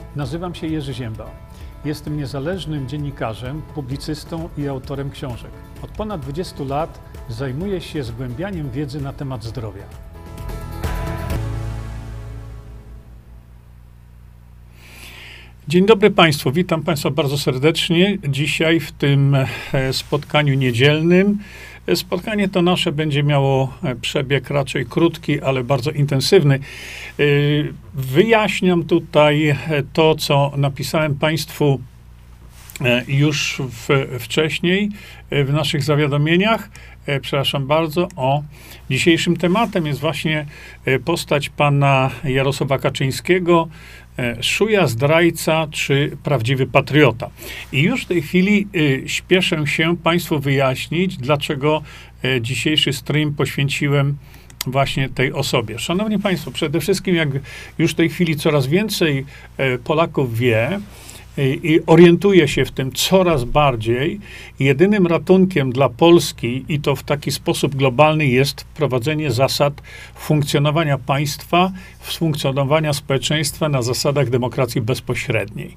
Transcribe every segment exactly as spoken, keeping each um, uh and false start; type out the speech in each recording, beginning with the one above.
Nazywam się Jerzy Ziemba. Jestem niezależnym dziennikarzem, publicystą i autorem książek. Od ponad dwudziestu lat zajmuję się zgłębianiem wiedzy na temat zdrowia. Dzień dobry Państwu, witam Państwa bardzo serdecznie. Dzisiaj w tym spotkaniu niedzielnym. Spotkanie to nasze będzie miało przebieg raczej krótki, ale bardzo intensywny. Wyjaśniam tutaj to, co napisałem Państwu już w, wcześniej w naszych zawiadomieniach. Przepraszam bardzo. O, dzisiejszym tematem jest właśnie postać pana Jarosława Kaczyńskiego, szuja, zdrajca czy prawdziwy patriota. I już w tej chwili y, śpieszę się Państwu wyjaśnić, dlaczego y, dzisiejszy stream poświęciłem właśnie tej osobie. Szanowni Państwo, przede wszystkim, jak już w tej chwili coraz więcej y, Polaków wie, i orientuje się w tym coraz bardziej, jedynym ratunkiem dla Polski, i to w taki sposób globalny, jest wprowadzenie zasad funkcjonowania państwa, funkcjonowania społeczeństwa na zasadach demokracji bezpośredniej.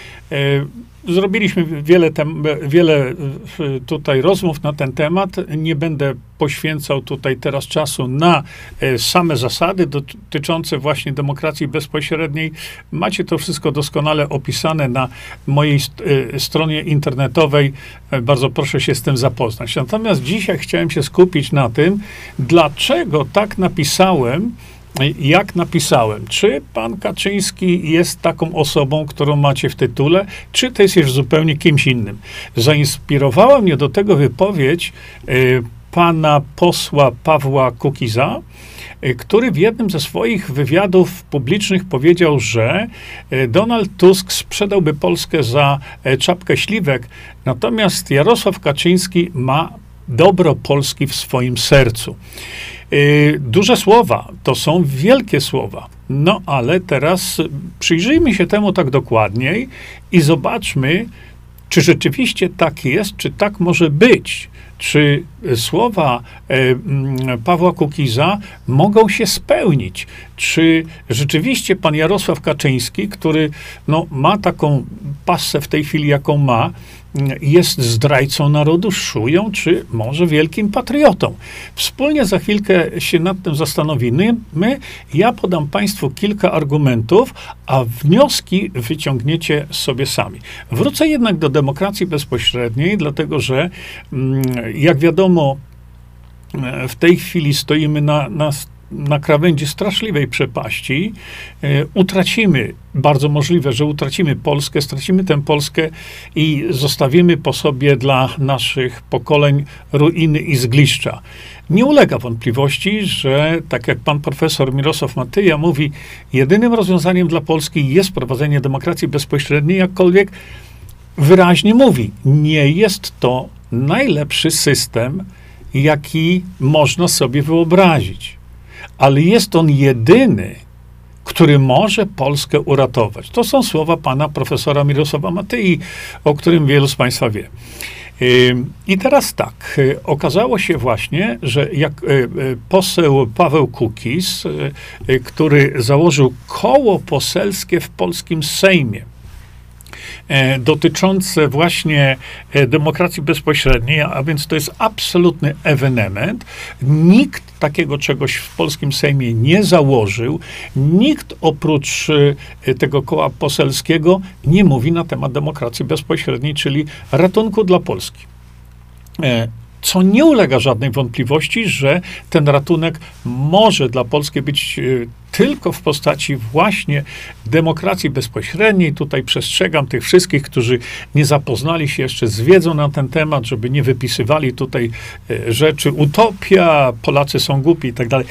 Zrobiliśmy wiele, tem, wiele tutaj rozmów na ten temat. Nie będę poświęcał tutaj teraz czasu na same zasady dotyczące właśnie demokracji bezpośredniej. Macie to wszystko doskonale opisane na mojej stronie internetowej. Bardzo proszę się z tym zapoznać. Natomiast dzisiaj chciałem się skupić na tym, dlaczego tak napisałem, jak napisałem. Czy pan Kaczyński jest taką osobą, którą macie w tytule, czy to jest już zupełnie kimś innym? Zainspirowała mnie do tego wypowiedź y, pana posła Pawła Kukiza, y, który w jednym ze swoich wywiadów publicznych powiedział, że y, Donald Tusk sprzedałby Polskę za y, czapkę śliwek, natomiast Jarosław Kaczyński ma dobro Polski w swoim sercu. Yy, duże słowa, to są wielkie słowa. No ale teraz przyjrzyjmy się temu tak dokładniej i zobaczmy, czy rzeczywiście tak jest, czy tak może być. Czy słowa e, Pawła Kukiza mogą się spełnić? Czy rzeczywiście pan Jarosław Kaczyński, który no, ma taką passę w tej chwili, jaką ma, jest zdrajcą narodu, szują, czy może wielkim patriotą? Wspólnie za chwilkę się nad tym zastanowimy. My, ja podam Państwu kilka argumentów, a wnioski wyciągniecie sobie sami. Wrócę jednak do demokracji bezpośredniej, dlatego że, jak wiadomo, w tej chwili stoimy na, na na krawędzi straszliwej przepaści, e, utracimy, bardzo możliwe, że utracimy Polskę, stracimy tę Polskę i zostawimy po sobie dla naszych pokoleń ruiny i zgliszcza. Nie ulega wątpliwości, że tak jak pan profesor Mirosław Matyja mówi, jedynym rozwiązaniem dla Polski jest prowadzenie demokracji bezpośredniej, jakkolwiek wyraźnie mówi, nie jest to najlepszy system, jaki można sobie wyobrazić. Ale jest on jedyny, który może Polskę uratować. To są słowa pana profesora Mirosława Matyi, o którym wielu z Państwa wie. I teraz tak, okazało się właśnie, że jak poseł Paweł Kukiz, który założył koło poselskie w polskim Sejmie, dotyczące właśnie demokracji bezpośredniej, a więc to jest absolutny ewenement. Nikt takiego czegoś w polskim Sejmie nie założył. Nikt oprócz tego koła poselskiego nie mówi na temat demokracji bezpośredniej, czyli ratunku dla Polski. Co nie ulega żadnej wątpliwości, że ten ratunek może dla Polski być tylko w postaci właśnie demokracji bezpośredniej. Tutaj przestrzegam tych wszystkich, którzy nie zapoznali się jeszcze z wiedzą na ten temat, żeby nie wypisywali tutaj rzeczy utopia, Polacy są głupi i tak dalej.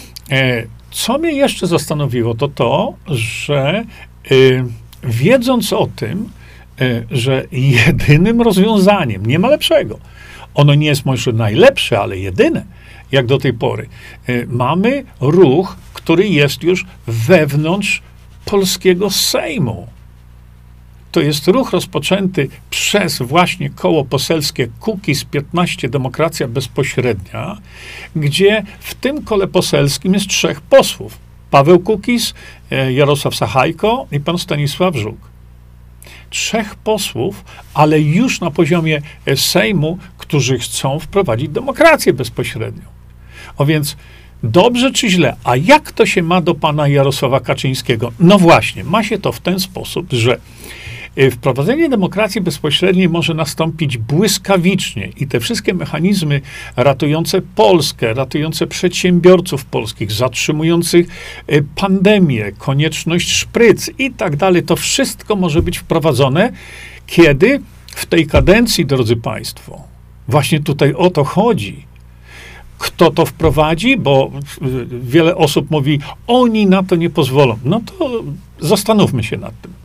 Co mnie jeszcze zastanowiło, to to, że wiedząc o tym, że jedynym rozwiązaniem, nie ma lepszego, ono nie jest może najlepsze, ale jedyne, jak do tej pory. Mamy ruch, który jest już wewnątrz polskiego Sejmu. To jest ruch rozpoczęty przez właśnie koło poselskie Kukiz piętnaście Demokracja Bezpośrednia, gdzie w tym kole poselskim jest trzech posłów. Paweł Kukiz, Jarosław Sachajko i pan Stanisław Żuk. Trzech posłów, ale już na poziomie Sejmu, którzy chcą wprowadzić demokrację bezpośrednią. O więc dobrze czy źle? A jak to się ma do pana Jarosława Kaczyńskiego? No właśnie, ma się to w ten sposób, że wprowadzenie demokracji bezpośredniej może nastąpić błyskawicznie i te wszystkie mechanizmy ratujące Polskę, ratujące przedsiębiorców polskich, zatrzymujących pandemię, konieczność szpryc i tak dalej, to wszystko może być wprowadzone, kiedy w tej kadencji, drodzy państwo, właśnie tutaj o to chodzi. Kto to wprowadzi? Bo wiele osób mówi, oni na to nie pozwolą. No to zastanówmy się nad tym.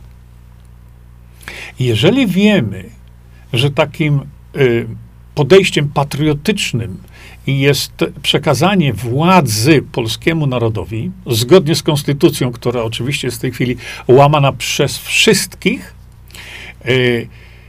Jeżeli wiemy, że takim y, podejściem patriotycznym jest przekazanie władzy polskiemu narodowi, zgodnie z konstytucją, która oczywiście jest w tej chwili łamana przez wszystkich, y,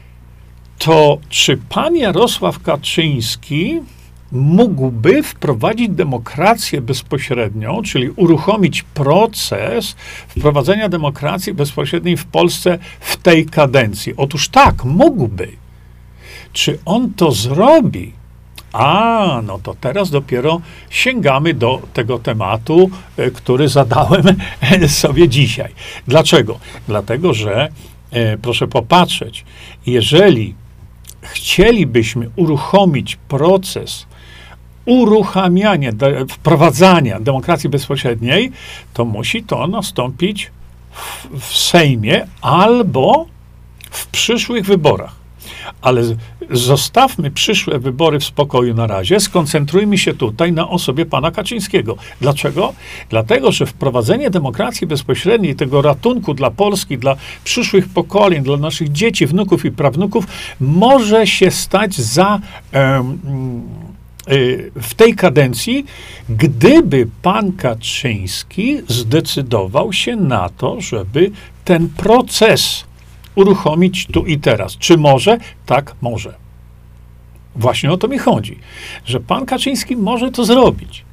to czy pan Jarosław Kaczyński mógłby wprowadzić demokrację bezpośrednią, czyli uruchomić proces wprowadzenia demokracji bezpośredniej w Polsce w tej kadencji? Otóż tak, mógłby. Czy on to zrobi? A, no to teraz dopiero sięgamy do tego tematu, który zadałem sobie dzisiaj. Dlaczego? Dlatego, że e, proszę popatrzeć, jeżeli chcielibyśmy uruchomić proces uruchamiania, de, wprowadzania demokracji bezpośredniej, to musi to nastąpić w, w Sejmie albo w przyszłych wyborach. Ale zostawmy przyszłe wybory w spokoju na razie, skoncentrujmy się tutaj na osobie pana Kaczyńskiego. Dlaczego? Dlatego, że wprowadzenie demokracji bezpośredniej, tego ratunku dla Polski, dla przyszłych pokoleń, dla naszych dzieci, wnuków i prawnuków, może się stać za um, w tej kadencji, gdyby pan Kaczyński zdecydował się na to, żeby ten proces uruchomić tu i teraz. Czy może? Tak, może. Właśnie o to mi chodzi, że pan Kaczyński może to zrobić.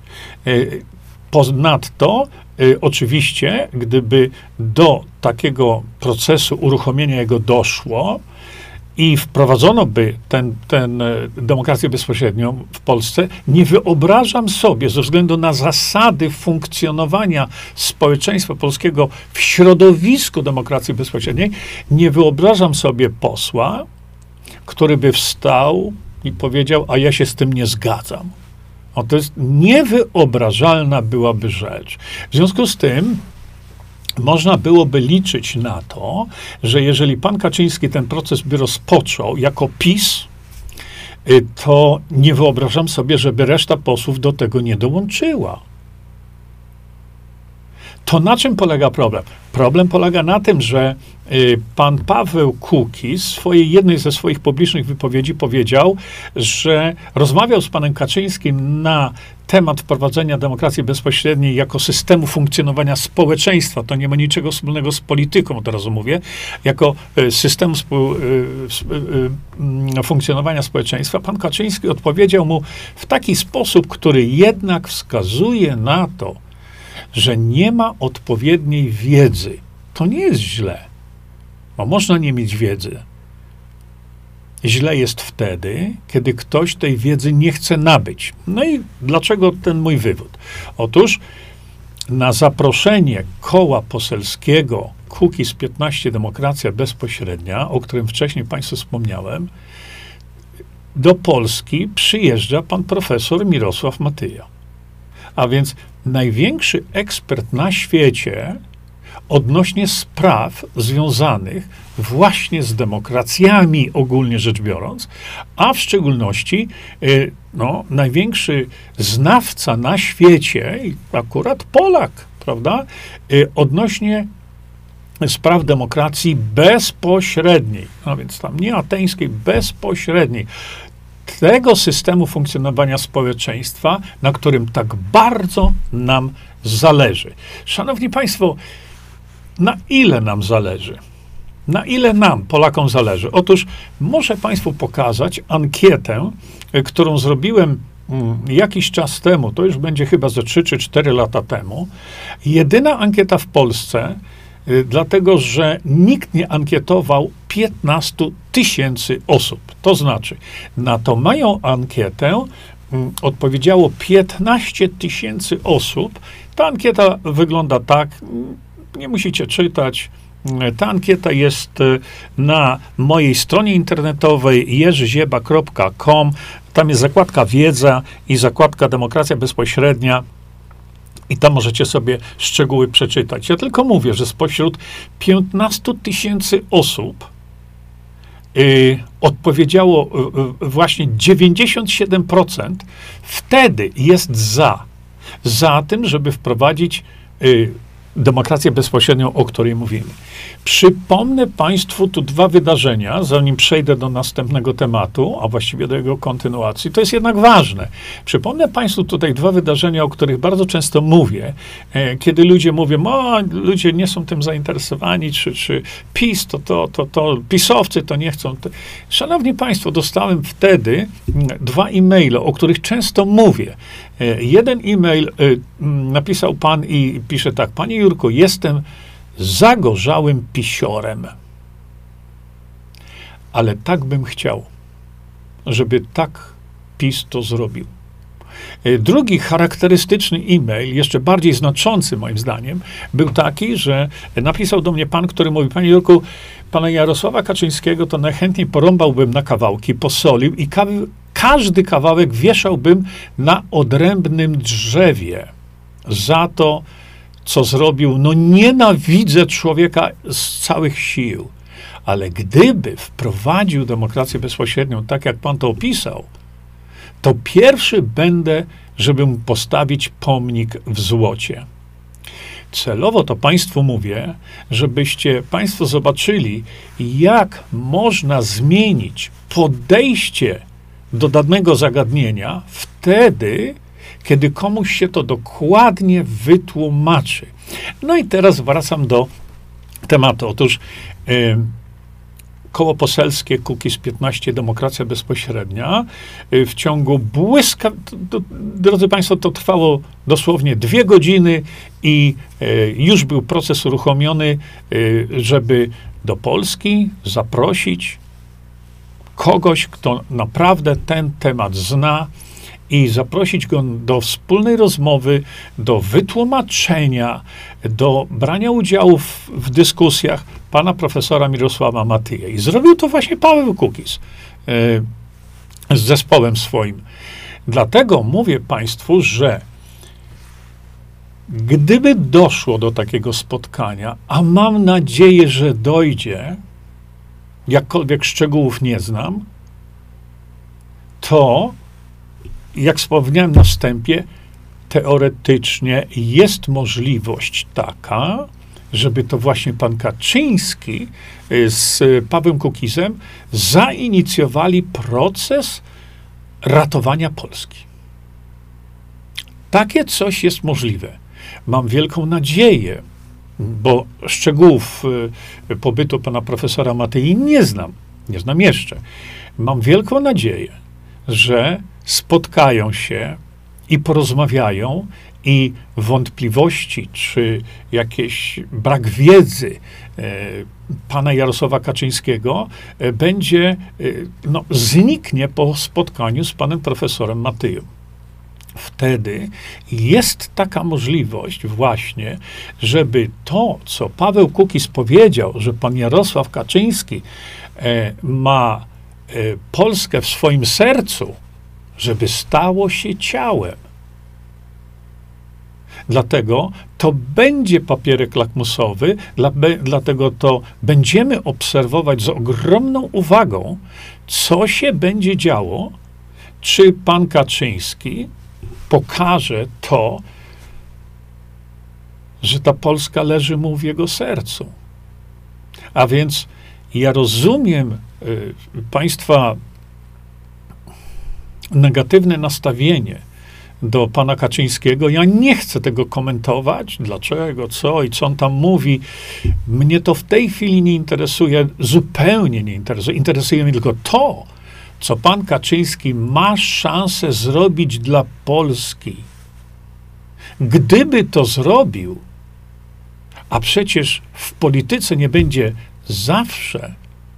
Ponadto, oczywiście, gdyby do takiego procesu uruchomienia jego doszło, i wprowadzono by ten, ten demokrację bezpośrednią w Polsce, nie wyobrażam sobie, ze względu na zasady funkcjonowania społeczeństwa polskiego w środowisku demokracji bezpośredniej, nie wyobrażam sobie posła, który by wstał i powiedział, a ja się z tym nie zgadzam. O, to jest niewyobrażalna byłaby rzecz. W związku z tym można byłoby liczyć na to, że jeżeli pan Kaczyński ten proces by rozpoczął jako PiS, to nie wyobrażam sobie, żeby reszta posłów do tego nie dołączyła. To na czym polega problem? Problem polega na tym, że y, pan Paweł Kukiz w swojej jednej ze swoich publicznych wypowiedzi powiedział, że rozmawiał z panem Kaczyńskim na temat wprowadzenia demokracji bezpośredniej jako systemu funkcjonowania społeczeństwa. To nie ma niczego wspólnego z polityką, od razu mówię. Jako y, systemu spo, y, y, y, funkcjonowania społeczeństwa. Pan Kaczyński odpowiedział mu w taki sposób, który jednak wskazuje na to, że nie ma odpowiedniej wiedzy. To nie jest źle, bo można nie mieć wiedzy. Źle jest wtedy, kiedy ktoś tej wiedzy nie chce nabyć. No i dlaczego ten mój wywód? Otóż na zaproszenie koła poselskiego Kukiz piętnaście Demokracja Bezpośrednia, o którym wcześniej państwu wspomniałem, do Polski przyjeżdża pan profesor Mirosław Matyja. A więc największy ekspert na świecie odnośnie spraw związanych właśnie z demokracjami, ogólnie rzecz biorąc, a w szczególności y, no, największy znawca na świecie, i akurat Polak, prawda, y, odnośnie spraw demokracji bezpośredniej, no więc tam nie ateńskiej, bezpośredniej, tego systemu funkcjonowania społeczeństwa, na którym tak bardzo nam zależy. Szanowni Państwo, na ile nam zależy? Na ile nam, Polakom, zależy? Otóż muszę Państwu pokazać ankietę, którą zrobiłem jakiś czas temu, to już będzie chyba ze trzy czy cztery lata temu, jedyna ankieta w Polsce, y, dlatego, że nikt nie ankietował piętnaście tysięcy osób. To znaczy, na tą moją ankietę y, odpowiedziało piętnaście tysięcy osób. Ta ankieta wygląda tak, y, nie musicie czytać. Ta ankieta jest na mojej stronie internetowej jerzyzieba kropka com. Tam jest zakładka wiedza i zakładka demokracja bezpośrednia. I tam możecie sobie szczegóły przeczytać. Ja tylko mówię, że spośród piętnaście tysięcy osób y, odpowiedziało y, właśnie dziewięćdziesiąt siedem procent wtedy jest za. Za tym, żeby wprowadzić y, demokrację bezpośrednią, o której mówimy. Przypomnę Państwu tu dwa wydarzenia, zanim przejdę do następnego tematu, a właściwie do jego kontynuacji. To jest jednak ważne. Przypomnę Państwu tutaj dwa wydarzenia, o których bardzo często mówię, e, kiedy ludzie mówią, o, ludzie nie są tym zainteresowani, czy, czy PiS, to, to, to, to pisowcy to nie chcą. Szanowni Państwo, dostałem wtedy dwa e-maile, o których często mówię. E, jeden e-mail e, napisał pan i pisze tak: Panie Jurku, jestem zagorzałym pisiorem, ale tak bym chciał, żeby tak PiS to zrobił. Drugi charakterystyczny e-mail, jeszcze bardziej znaczący moim zdaniem, był taki, że napisał do mnie pan, który mówi: Panie Jurku, pana Jarosława Kaczyńskiego to najchętniej porąbałbym na kawałki, posolił i ka każdy kawałek wieszałbym na odrębnym drzewie za to, co zrobił. No nienawidzę człowieka z całych sił, ale gdyby wprowadził demokrację bezpośrednią, tak jak pan to opisał, to pierwszy będę, żeby mu postawić pomnik w złocie. Celowo to Państwu mówię, żebyście Państwo zobaczyli, jak można zmienić podejście do danego zagadnienia wtedy, kiedy komuś się to dokładnie wytłumaczy. No i teraz wracam do tematu. Otóż yy, Koło Poselskie Kukiz piętnaście, Demokracja Bezpośrednia, yy, w ciągu błyska... To, to, drodzy Państwo, to trwało dosłownie dwie godziny i yy, już był proces uruchomiony, yy, żeby do Polski zaprosić kogoś, kto naprawdę ten temat zna, i zaprosić go do wspólnej rozmowy, do wytłumaczenia, do brania udziału w, w dyskusjach pana profesora Mirosława Matyję. I zrobił to właśnie Paweł Kukiz yy, z zespołem swoim. Dlatego mówię Państwu, że gdyby doszło do takiego spotkania, a mam nadzieję, że dojdzie, jakkolwiek szczegółów nie znam, to jak wspomniałem na wstępie, teoretycznie jest możliwość taka, żeby to właśnie pan Kaczyński z Pawłem Kukizem zainicjowali proces ratowania Polski. Takie coś jest możliwe. Mam wielką nadzieję, bo szczegółów pobytu pana profesora Matyi nie znam, nie znam jeszcze. Mam wielką nadzieję, że spotkają się i porozmawiają i wątpliwości, czy jakiś brak wiedzy e, pana Jarosława Kaczyńskiego e, będzie, e, no, zniknie po spotkaniu z panem profesorem Matyją. Wtedy jest taka możliwość właśnie, żeby to, co Paweł Kukiz powiedział, że pan Jarosław Kaczyński e, ma e, Polskę w swoim sercu, żeby stało się ciałem. Dlatego to będzie papierek lakmusowy, dla, be, dlatego to będziemy obserwować z ogromną uwagą, co się będzie działo, czy pan Kaczyński pokaże to, że ta Polska leży mu w jego sercu. A więc ja rozumiem y, państwa negatywne nastawienie do pana Kaczyńskiego. Ja nie chcę tego komentować, dlaczego, co i co on tam mówi. Mnie to w tej chwili nie interesuje, zupełnie nie interesuje. Interesuje mnie tylko to, co pan Kaczyński ma szansę zrobić dla Polski. Gdyby to zrobił, a przecież w polityce nie będzie zawsze,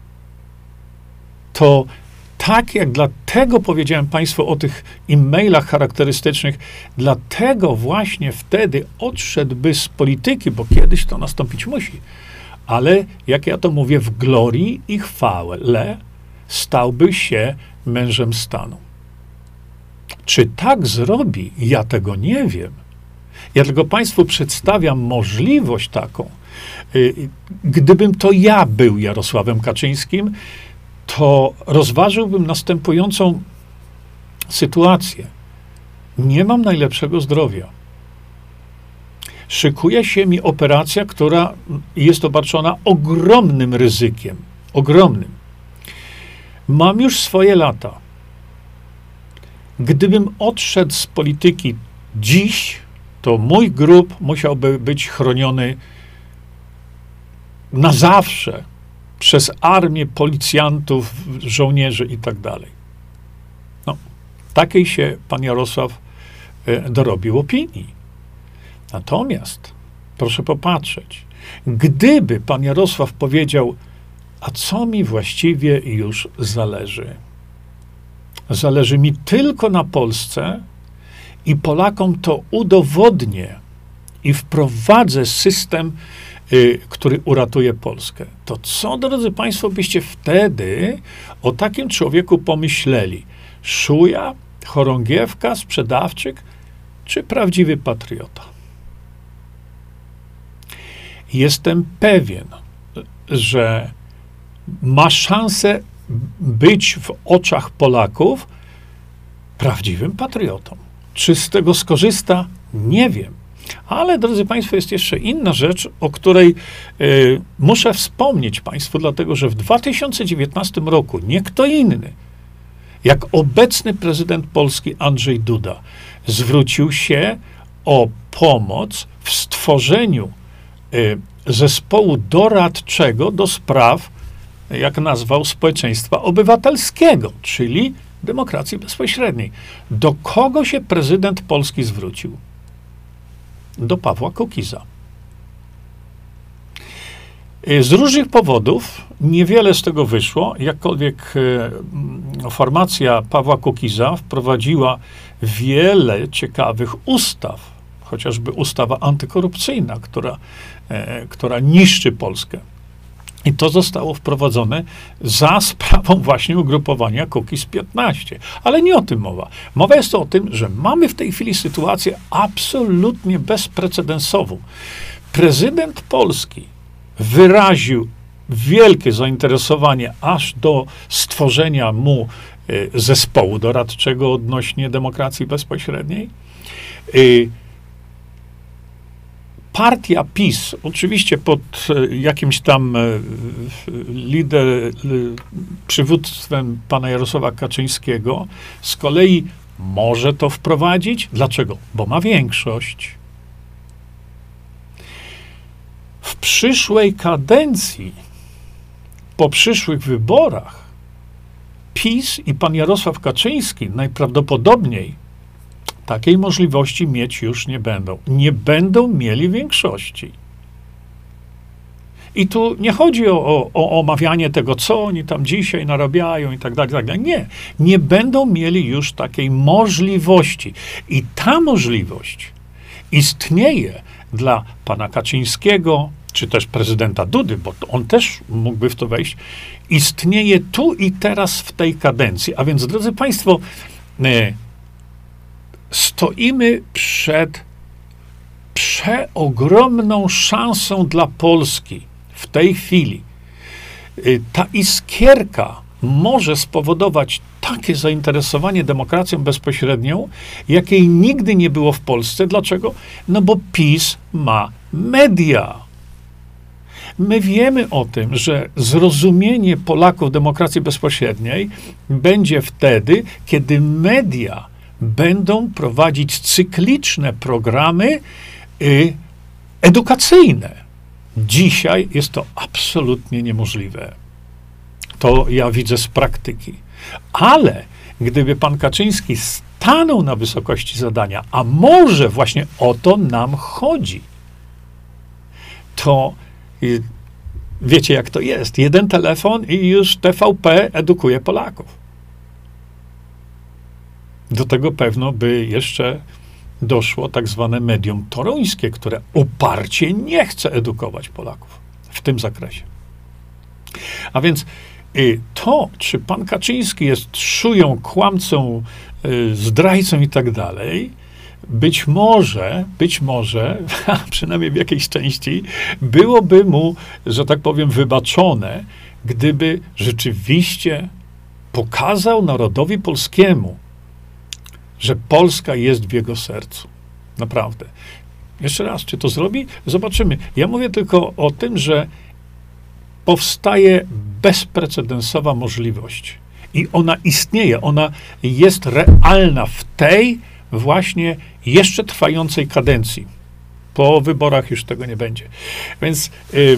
to tak jak dlatego powiedziałem Państwu o tych e-mailach charakterystycznych, dlatego właśnie wtedy odszedłby z polityki, bo kiedyś to nastąpić musi. Ale, jak ja to mówię, w glorii i chwale stałby się mężem stanu. Czy tak zrobi? Ja tego nie wiem. Ja tylko Państwu przedstawiam możliwość taką. Gdybym to ja był Jarosławem Kaczyńskim, to rozważyłbym następującą sytuację. Nie mam najlepszego zdrowia. Szykuje się mi operacja, która jest obarczona ogromnym ryzykiem. Ogromnym. Mam już swoje lata. Gdybym odszedł z polityki dziś, to mój grób musiałby być chroniony na zawsze przez armię policjantów, żołnierzy i tak dalej. No, takiej się pan Jarosław e, dorobił opinii. Natomiast, proszę popatrzeć, gdyby pan Jarosław powiedział, a co mi właściwie już zależy? Zależy mi tylko na Polsce i Polakom to udowodnię i wprowadzę system, y, który uratuje Polskę. To co, drodzy Państwo, byście wtedy o takim człowieku pomyśleli? Szuja, chorągiewka, sprzedawczyk, czy prawdziwy patriota? Jestem pewien, że ma szansę być w oczach Polaków prawdziwym patriotą. Czy z tego skorzysta? Nie wiem. Ale, drodzy Państwo, jest jeszcze inna rzecz, o której y, muszę wspomnieć Państwu, dlatego że w dwa tysiące dziewiętnastym roku nie kto inny, jak obecny prezydent Polski Andrzej Duda, zwrócił się o pomoc w stworzeniu y, zespołu doradczego do spraw, jak nazwał, społeczeństwa obywatelskiego, czyli demokracji bezpośredniej. Do kogo się prezydent Polski zwrócił? Do Pawła Kukiza. Z różnych powodów niewiele z tego wyszło, jakkolwiek formacja Pawła Kukiza wprowadziła wiele ciekawych ustaw, chociażby ustawa antykorupcyjna, która, która niszczy Polskę. I to zostało wprowadzone za sprawą właśnie ugrupowania Kukiz piętnaście. Ale nie o tym mowa. Mowa jest o tym, że mamy w tej chwili sytuację absolutnie bezprecedensową. Prezydent Polski wyraził wielkie zainteresowanie aż do stworzenia mu y, zespołu doradczego odnośnie demokracji bezpośredniej. Y, Partia PiS, oczywiście pod jakimś tam lider, przywództwem pana Jarosława Kaczyńskiego, z kolei może to wprowadzić. Dlaczego? Bo ma większość. W przyszłej kadencji, po przyszłych wyborach, PiS i pan Jarosław Kaczyński najprawdopodobniej takiej możliwości mieć już nie będą. Nie będą mieli większości. I tu nie chodzi o, o, o omawianie tego, co oni tam dzisiaj narabiają i tak dalej, i tak dalej. Nie. Nie będą mieli już takiej możliwości. I ta możliwość istnieje dla pana Kaczyńskiego, czy też prezydenta Dudy, bo on też mógłby w to wejść, istnieje tu i teraz w tej kadencji. A więc, drodzy Państwo, e, stoimy przed przeogromną szansą dla Polski w tej chwili. Ta iskierka może spowodować takie zainteresowanie demokracją bezpośrednią, jakiej nigdy nie było w Polsce. Dlaczego? No bo PiS ma media. My wiemy o tym, że zrozumienie Polaków demokracji bezpośredniej będzie wtedy, kiedy media będą prowadzić cykliczne programy y, edukacyjne. Dzisiaj jest to absolutnie niemożliwe. To ja widzę z praktyki. Ale gdyby pan Kaczyński stanął na wysokości zadania, a może właśnie o to nam chodzi, to y, wiecie, jak to jest. Jeden telefon i już T V P edukuje Polaków. Do tego pewno by jeszcze doszło tak zwane medium toruńskie, które uparcie nie chce edukować Polaków w tym zakresie. A więc y, to, czy pan Kaczyński jest szują, kłamcą, y, zdrajcą i tak dalej, być może, być może, a przynajmniej w jakiejś części, byłoby mu, że tak powiem, wybaczone, gdyby rzeczywiście pokazał narodowi polskiemu, że Polska jest w jego sercu. Naprawdę. Jeszcze raz, czy to zrobi? Zobaczymy. Ja mówię tylko o tym, że powstaje bezprecedensowa możliwość. I ona istnieje, ona jest realna w tej właśnie jeszcze trwającej kadencji. Po wyborach już tego nie będzie. Więc y,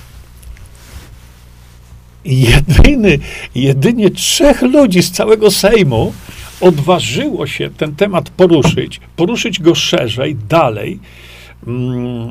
jedyny, jedynie trzech ludzi z całego Sejmu odważyło się ten temat poruszyć, poruszyć go szerzej, dalej. Mm,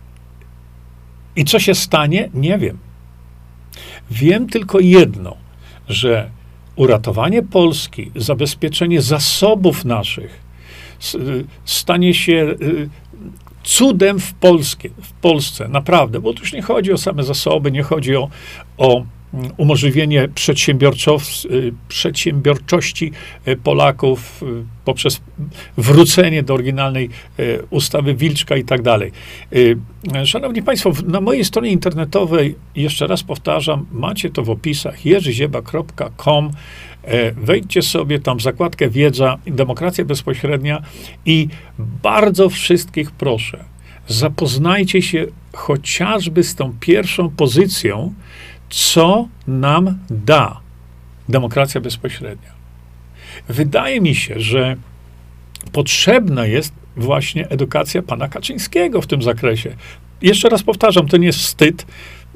I co się stanie? Nie wiem. Wiem tylko jedno, że uratowanie Polski, zabezpieczenie zasobów naszych stanie się cudem w, Polskie, w Polsce, naprawdę, bo tu już nie chodzi o same zasoby, nie chodzi o, o umożliwienie przedsiębiorczości Polaków poprzez wrócenie do oryginalnej ustawy Wilczka i tak dalej. Szanowni Państwo, na mojej stronie internetowej, jeszcze raz powtarzam, macie to w opisach, jerzyzieba kropka com. Wejdźcie sobie tam w zakładkę wiedza, demokracja bezpośrednia i bardzo wszystkich proszę, zapoznajcie się chociażby z tą pierwszą pozycją, co nam da demokracja bezpośrednia. Wydaje mi się, że potrzebna jest właśnie edukacja pana Kaczyńskiego w tym zakresie. Jeszcze raz powtarzam, to nie jest wstyd.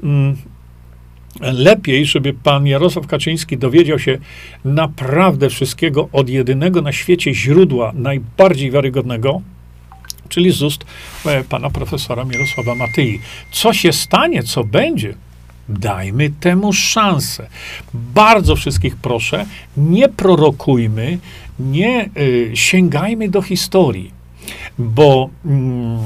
Lepiej, żeby pan Jarosław Kaczyński dowiedział się naprawdę wszystkiego od jedynego na świecie źródła, najbardziej wiarygodnego, czyli z ust pana profesora Mirosława Matyi. Co się stanie, co będzie? Dajmy temu szansę. Bardzo wszystkich proszę, nie prorokujmy, nie y, sięgajmy do historii, bo mm,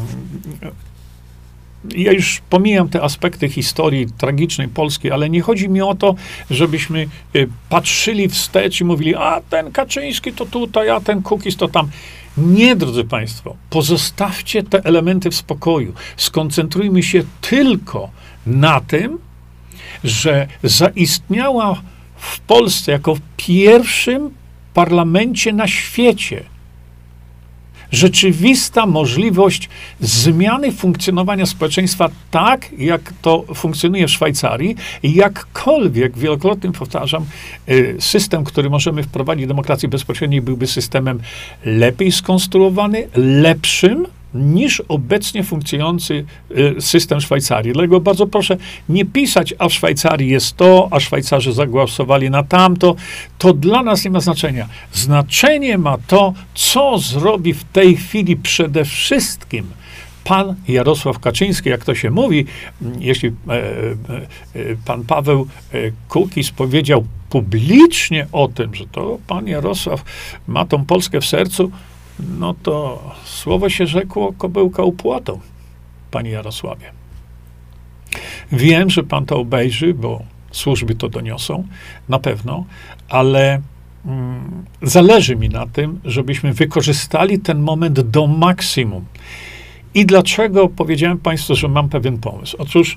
ja już pomijam te aspekty historii tragicznej Polski, ale nie chodzi mi o to, żebyśmy y, patrzyli wstecz i mówili, a ten Kaczyński to tutaj, a ten Kukiz to tam. Nie, drodzy Państwo, pozostawcie te elementy w spokoju. Skoncentrujmy się tylko na tym, że zaistniała w Polsce jako w pierwszym parlamencie na świecie rzeczywista możliwość zmiany funkcjonowania społeczeństwa tak, jak to funkcjonuje w Szwajcarii i jakkolwiek, wielokrotnie powtarzam, system, który możemy wprowadzić demokracji bezpośredniej, byłby systemem lepiej skonstruowany, lepszym niż obecnie funkcjonujący system Szwajcarii. Dlatego bardzo proszę nie pisać, a w Szwajcarii jest to, a Szwajcarzy zagłosowali na tamto. To dla nas nie ma znaczenia. Znaczenie ma to, co zrobi w tej chwili przede wszystkim pan Jarosław Kaczyński, jak to się mówi, jeśli e, e, pan Paweł Kukiz powiedział publicznie o tym, że to pan Jarosław ma tą Polskę w sercu, no to słowo się rzekło, kobyłka upłatą, panie Jarosławie. Wiem, że pan to obejrzy, bo służby to doniosą, na pewno, ale mm, zależy mi na tym, żebyśmy wykorzystali ten moment do maksimum. I dlaczego powiedziałem państwu, że mam pewien pomysł? Otóż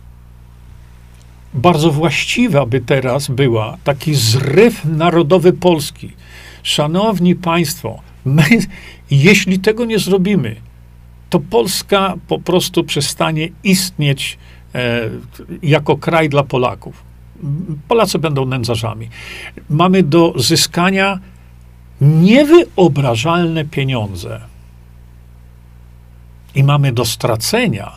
bardzo właściwa by teraz była taki zryw narodowy Polski. Szanowni państwo, my, jeśli tego nie zrobimy, to Polska po prostu przestanie istnieć e, jako kraj dla Polaków. Polacy będą nędzarzami. Mamy do zyskania niewyobrażalne pieniądze i mamy do stracenia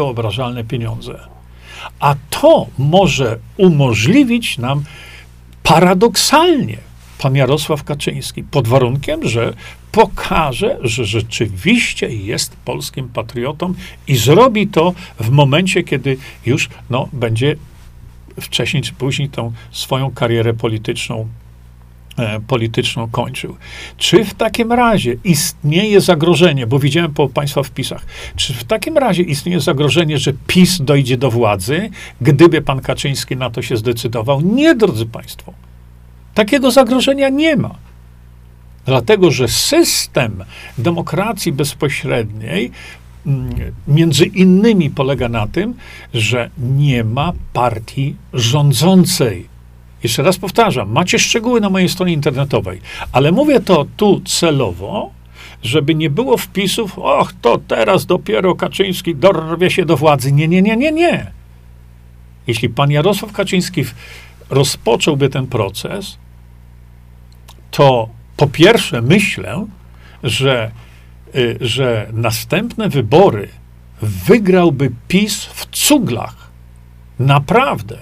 niewyobrażalne pieniądze. A to może umożliwić nam paradoksalnie pan Jarosław Kaczyński, pod warunkiem, że pokaże, że rzeczywiście jest polskim patriotą i zrobi to w momencie, kiedy już no, będzie wcześniej czy później tą swoją karierę polityczną, e, polityczną kończył. Czy w takim razie istnieje zagrożenie, bo widziałem po państwa wpisach, czy w takim razie istnieje zagrożenie, że PiS dojdzie do władzy, gdyby pan Kaczyński na to się zdecydował? Nie, drodzy państwo. Takiego zagrożenia nie ma. Dlatego, że system demokracji bezpośredniej między innymi polega na tym, że nie ma partii rządzącej. Jeszcze raz powtarzam, macie szczegóły na mojej stronie internetowej, ale mówię to tu celowo, żeby nie było wpisów, och, to teraz dopiero Kaczyński dorwie się do władzy. Nie, nie, nie, nie, nie. Jeśli pan Jarosław Kaczyński rozpocząłby ten proces, to po pierwsze myślę, że, y, że następne wybory wygrałby PiS w cuglach. Naprawdę.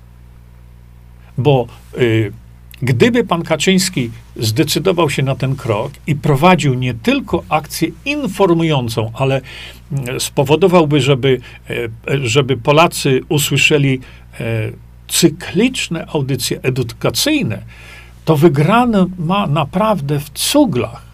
Bo y, gdyby pan Kaczyński zdecydował się na ten krok i prowadził nie tylko akcję informującą, ale y, spowodowałby, żeby, y, żeby Polacy usłyszeli y, cykliczne audycje edukacyjne, to wygrany ma naprawdę w cuglach.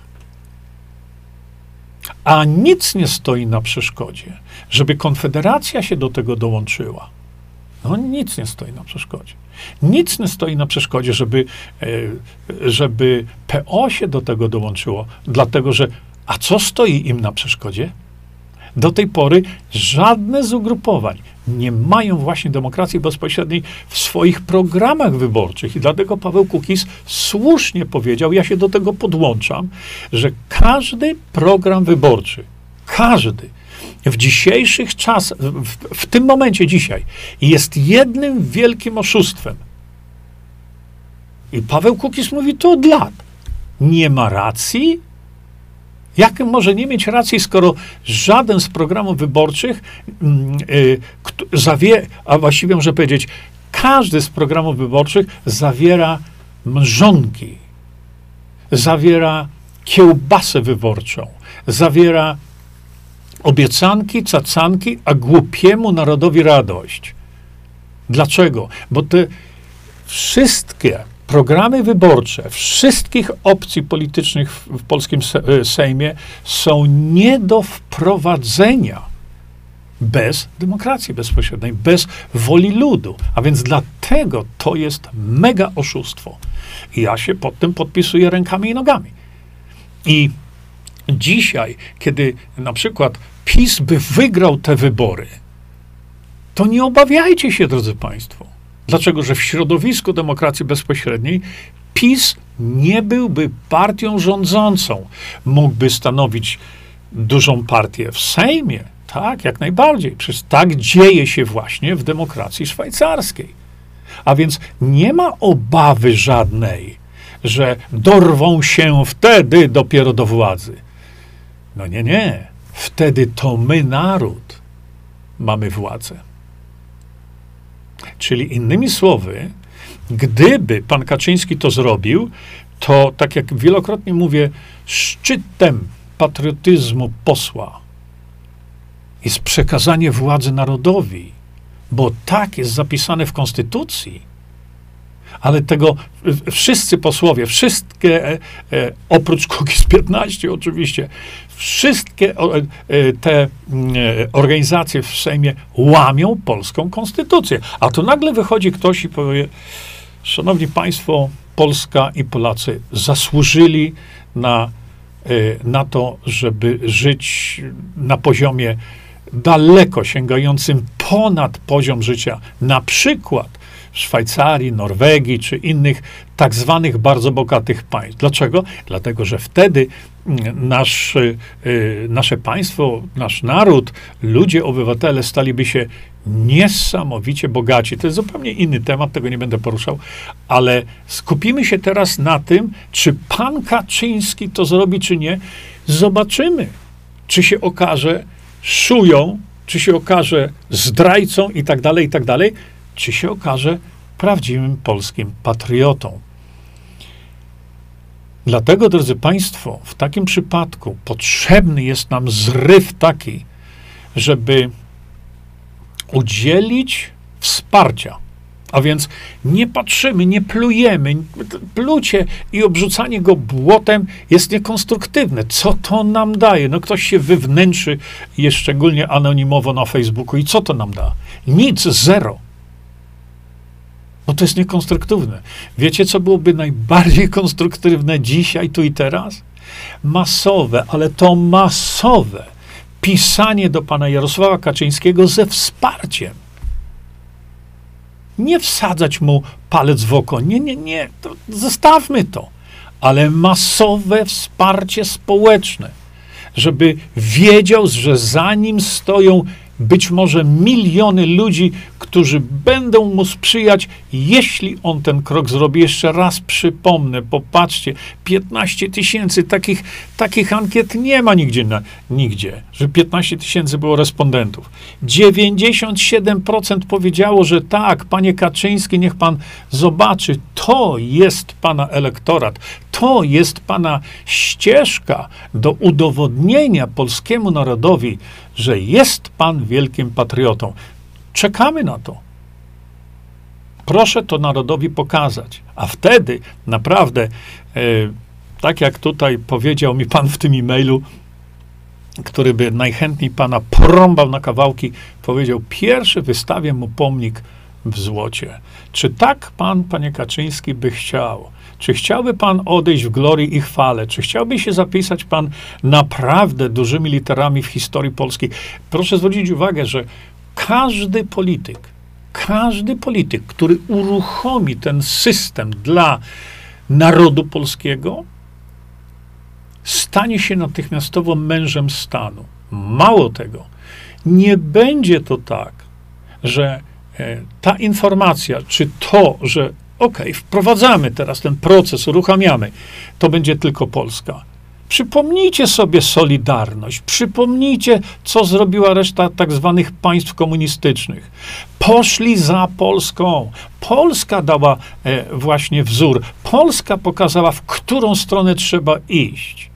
A nic nie stoi na przeszkodzie, żeby Konfederacja się do tego dołączyła. No nic nie stoi na przeszkodzie. Nic nie stoi na przeszkodzie, żeby, żeby P O się do tego dołączyło. Dlatego, że a co stoi im na przeszkodzie? Do tej pory żadne z ugrupowań nie mają właśnie demokracji bezpośredniej w swoich programach wyborczych. I dlatego Paweł Kukiz słusznie powiedział, ja się do tego podłączam, że każdy program wyborczy, każdy w dzisiejszych czasach, w, w tym momencie dzisiaj, jest jednym wielkim oszustwem. I Paweł Kukiz mówi to od lat. Nie ma racji. Jak może nie mieć racji, skoro żaden z programów wyborczych yy, zawie, a właściwie muszę powiedzieć, każdy z programów wyborczych zawiera mrzonki, zawiera kiełbasę wyborczą, zawiera obiecanki, cacanki, a głupiemu narodowi radość. Dlaczego? Bo te wszystkie programy wyborcze wszystkich opcji politycznych w, w polskim Sejmie są nie do wprowadzenia bez demokracji bezpośredniej, bez woli ludu. A więc dlatego to jest mega oszustwo. I ja się pod tym podpisuję rękami i nogami. I dzisiaj, kiedy na przykład PiS by wygrał te wybory, to nie obawiajcie się, drodzy państwo. Dlaczego? Że w środowisku demokracji bezpośredniej PiS nie byłby partią rządzącą. Mógłby stanowić dużą partię w Sejmie. Tak, jak najbardziej. Przecież tak dzieje się właśnie w demokracji szwajcarskiej. A więc nie ma obawy żadnej, że dorwą się wtedy dopiero do władzy. No nie, nie. Wtedy to my, naród, mamy władzę. Czyli innymi słowy, gdyby pan Kaczyński to zrobił, to tak jak wielokrotnie mówię, szczytem patriotyzmu posła jest przekazanie władzy narodowi, bo tak jest zapisane w Konstytucji. Ale tego wszyscy posłowie, wszystkie, e, e, oprócz Kukiz piętnaście oczywiście, wszystkie e, te e, organizacje w Sejmie łamią polską konstytucję. A tu nagle wychodzi ktoś i powie, szanowni państwo, Polska i Polacy zasłużyli na, e, na to, żeby żyć na poziomie daleko sięgającym ponad poziom życia, na przykład w Szwajcarii, Norwegii czy innych tak zwanych bardzo bogatych państw. Dlaczego? Dlatego, że wtedy nasz, y, nasze państwo, nasz naród, ludzie, obywatele staliby się niesamowicie bogaci. To jest zupełnie inny temat, tego nie będę poruszał, ale skupimy się teraz na tym, czy pan Kaczyński to zrobi, czy nie. Zobaczymy, czy się okaże szują, czy się okaże zdrajcą i tak dalej, i tak dalej, czy się okaże prawdziwym polskim patriotą. Dlatego, drodzy Państwo, w takim przypadku potrzebny jest nam zryw taki, żeby udzielić wsparcia. A więc nie patrzymy, nie plujemy. Plucie i obrzucanie go błotem jest niekonstruktywne. Co to nam daje? No ktoś się wywnętrzy, jest szczególnie anonimowo na Facebooku. I co to nam da? Nic, zero. No to jest niekonstruktywne. Wiecie, co byłoby najbardziej konstruktywne dzisiaj, tu i teraz? Masowe, ale to masowe pisanie do pana Jarosława Kaczyńskiego ze wsparciem. Nie wsadzać mu palec w oko. Nie, nie, nie. To zostawmy to. Ale masowe wsparcie społeczne, żeby wiedział, że za nim stoją być może miliony ludzi, którzy będą mu sprzyjać, jeśli on ten krok zrobi. Jeszcze raz przypomnę, popatrzcie, piętnaście tysięcy takich, takich ankiet nie ma nigdzie, na, nigdzie, że piętnaście tysięcy było respondentów. dziewięćdziesiąt siedem procent powiedziało, że tak, panie Kaczyński, niech pan zobaczy, to jest pana elektorat, to jest pana ścieżka do udowodnienia polskiemu narodowi, że jest pan wielkim patriotą. Czekamy na to. Proszę to narodowi pokazać. A wtedy naprawdę, e, tak jak tutaj powiedział mi pan w tym e-mailu, który by najchętniej pana porąbał na kawałki, powiedział, pierwszy wystawię mu pomnik w złocie. Czy tak pan, panie Kaczyński, by chciał? Czy chciałby pan odejść w glorii i chwale? Czy chciałby się zapisać pan naprawdę dużymi literami w historii Polski? Proszę zwrócić uwagę, że każdy polityk, każdy polityk, który uruchomi ten system dla narodu polskiego, stanie się natychmiastowo mężem stanu. Mało tego, nie będzie to tak, że e, ta informacja, czy to, że okej, okay, wprowadzamy teraz ten proces, uruchamiamy, to będzie tylko Polska. Przypomnijcie sobie Solidarność, przypomnijcie, co zrobiła reszta tak zwanych państw komunistycznych. Poszli za Polską. Polska dała e, właśnie wzór. Polska pokazała, w którą stronę trzeba iść.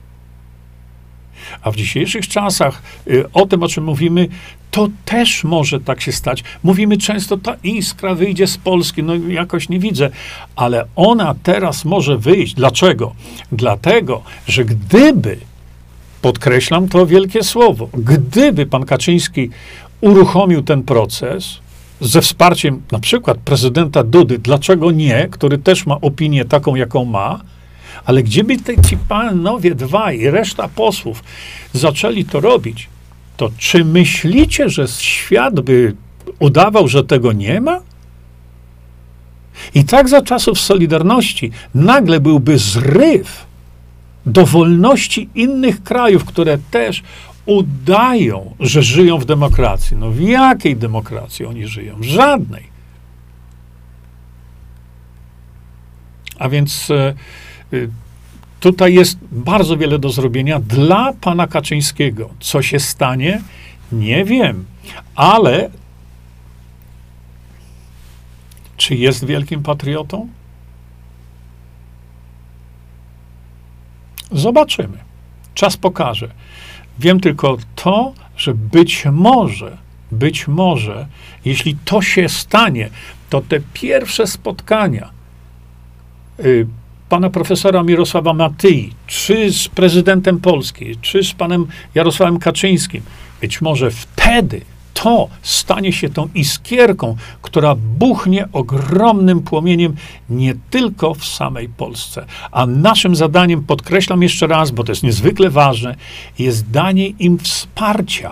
A w dzisiejszych czasach y, o tym, o czym mówimy, to też może tak się stać. Mówimy często, ta iskra wyjdzie z Polski. No jakoś nie widzę. Ale ona teraz może wyjść. Dlaczego? Dlatego, że gdyby, podkreślam to wielkie słowo, gdyby pan Kaczyński uruchomił ten proces ze wsparciem na przykład prezydenta Dudy, dlaczego nie, który też ma opinię taką, jaką ma, ale gdzieby te, ci panowie dwaj i reszta posłów zaczęli to robić, to czy myślicie, że świat by udawał, że tego nie ma? I tak za czasów Solidarności nagle byłby zryw do wolności innych krajów, które też udają, że żyją w demokracji. No w jakiej demokracji oni żyją? W żadnej. A więc e, tutaj jest bardzo wiele do zrobienia dla pana Kaczyńskiego. Co się stanie? Nie wiem. Ale czy jest wielkim patriotą? Zobaczymy. Czas pokaże. Wiem tylko to, że być może, być może, jeśli to się stanie, to te pierwsze spotkania y, pana profesora Mirosława Matyi, czy z prezydentem Polski, czy z panem Jarosławem Kaczyńskim, być może wtedy to stanie się tą iskierką, która buchnie ogromnym płomieniem nie tylko w samej Polsce. A naszym zadaniem, podkreślam jeszcze raz, bo to jest niezwykle ważne, jest danie im wsparcia,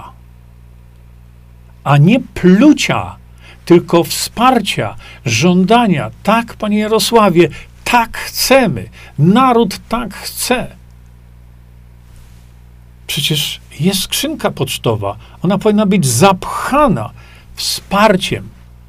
a nie plucia, tylko wsparcia, żądania. Tak, panie Jarosławie, tak chcemy. Naród tak chce. Przecież jest skrzynka pocztowa. Ona powinna być zapchana wsparciem.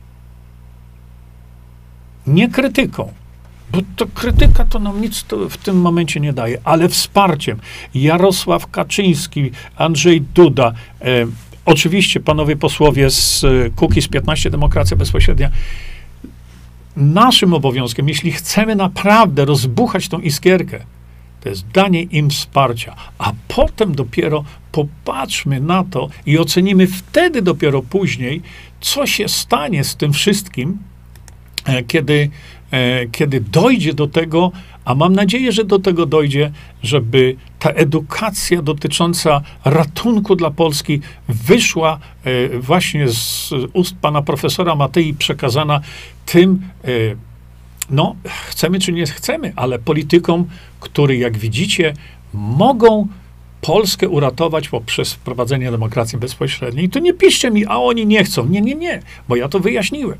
Nie krytyką. Bo to krytyka to nam nic to w tym momencie nie daje, ale wsparciem. Jarosław Kaczyński, Andrzej Duda, e, oczywiście panowie posłowie z Kukiz piętnaście, Demokracja Bezpośrednia. naszym obowiązkiem, jeśli chcemy naprawdę rozbuchać tą iskierkę, to jest danie im wsparcia, a potem dopiero popatrzmy na to i ocenimy wtedy dopiero później, co się stanie z tym wszystkim, kiedy, kiedy dojdzie do tego, a mam nadzieję, że do tego dojdzie, żeby ta edukacja dotycząca ratunku dla Polski wyszła właśnie z ust pana profesora Matei, przekazana tym, no, chcemy czy nie chcemy, ale politykom, którzy, jak widzicie, mogą Polskę uratować poprzez wprowadzenie demokracji bezpośredniej. To nie piszcie mi, a oni nie chcą. Nie, nie, nie, bo ja to wyjaśniłem.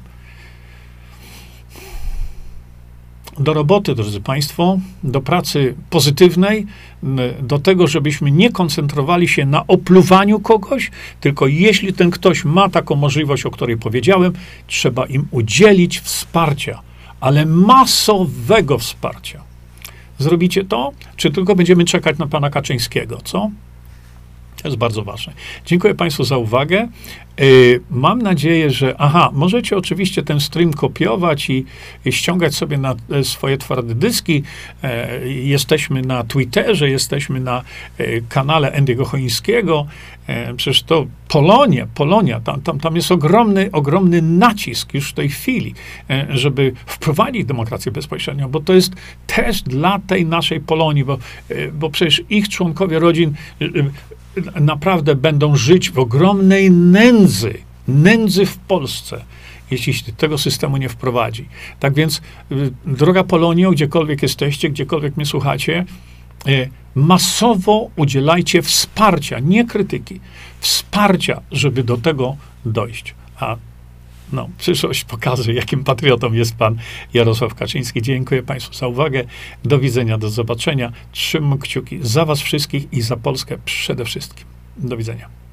Do roboty, drodzy Państwo, do pracy pozytywnej, do tego, żebyśmy nie koncentrowali się na opluwaniu kogoś, tylko jeśli ten ktoś ma taką możliwość, o której powiedziałem, trzeba im udzielić wsparcia, ale masowego wsparcia. Zrobicie to, czy tylko będziemy czekać na pana Kaczyńskiego, co? To jest bardzo ważne. Dziękuję Państwu za uwagę. Yy, mam nadzieję, że... Aha, możecie oczywiście ten stream kopiować i, i ściągać sobie na e, swoje twarde dyski. E, jesteśmy na Twitterze, jesteśmy na e, kanale Andy'ego Choińskiego. E, przecież to Polonia, Polonia, tam, tam, tam jest ogromny, ogromny nacisk już w tej chwili, e, żeby wprowadzić demokrację bezpośrednią, bo to jest też dla tej naszej Polonii, bo, e, bo przecież ich członkowie rodzin e, naprawdę będą żyć w ogromnej nędzy, nędzy w Polsce, jeśli się tego systemu nie wprowadzi. Tak więc, droga Polonio, gdziekolwiek jesteście, gdziekolwiek mnie słuchacie, masowo udzielajcie wsparcia, nie krytyki, wsparcia, żeby do tego dojść. A no, przyszłość pokaże, jakim patriotą jest pan Jarosław Kaczyński. Dziękuję Państwu za uwagę. Do widzenia, do zobaczenia. Trzymam kciuki za was wszystkich i za Polskę przede wszystkim. Do widzenia.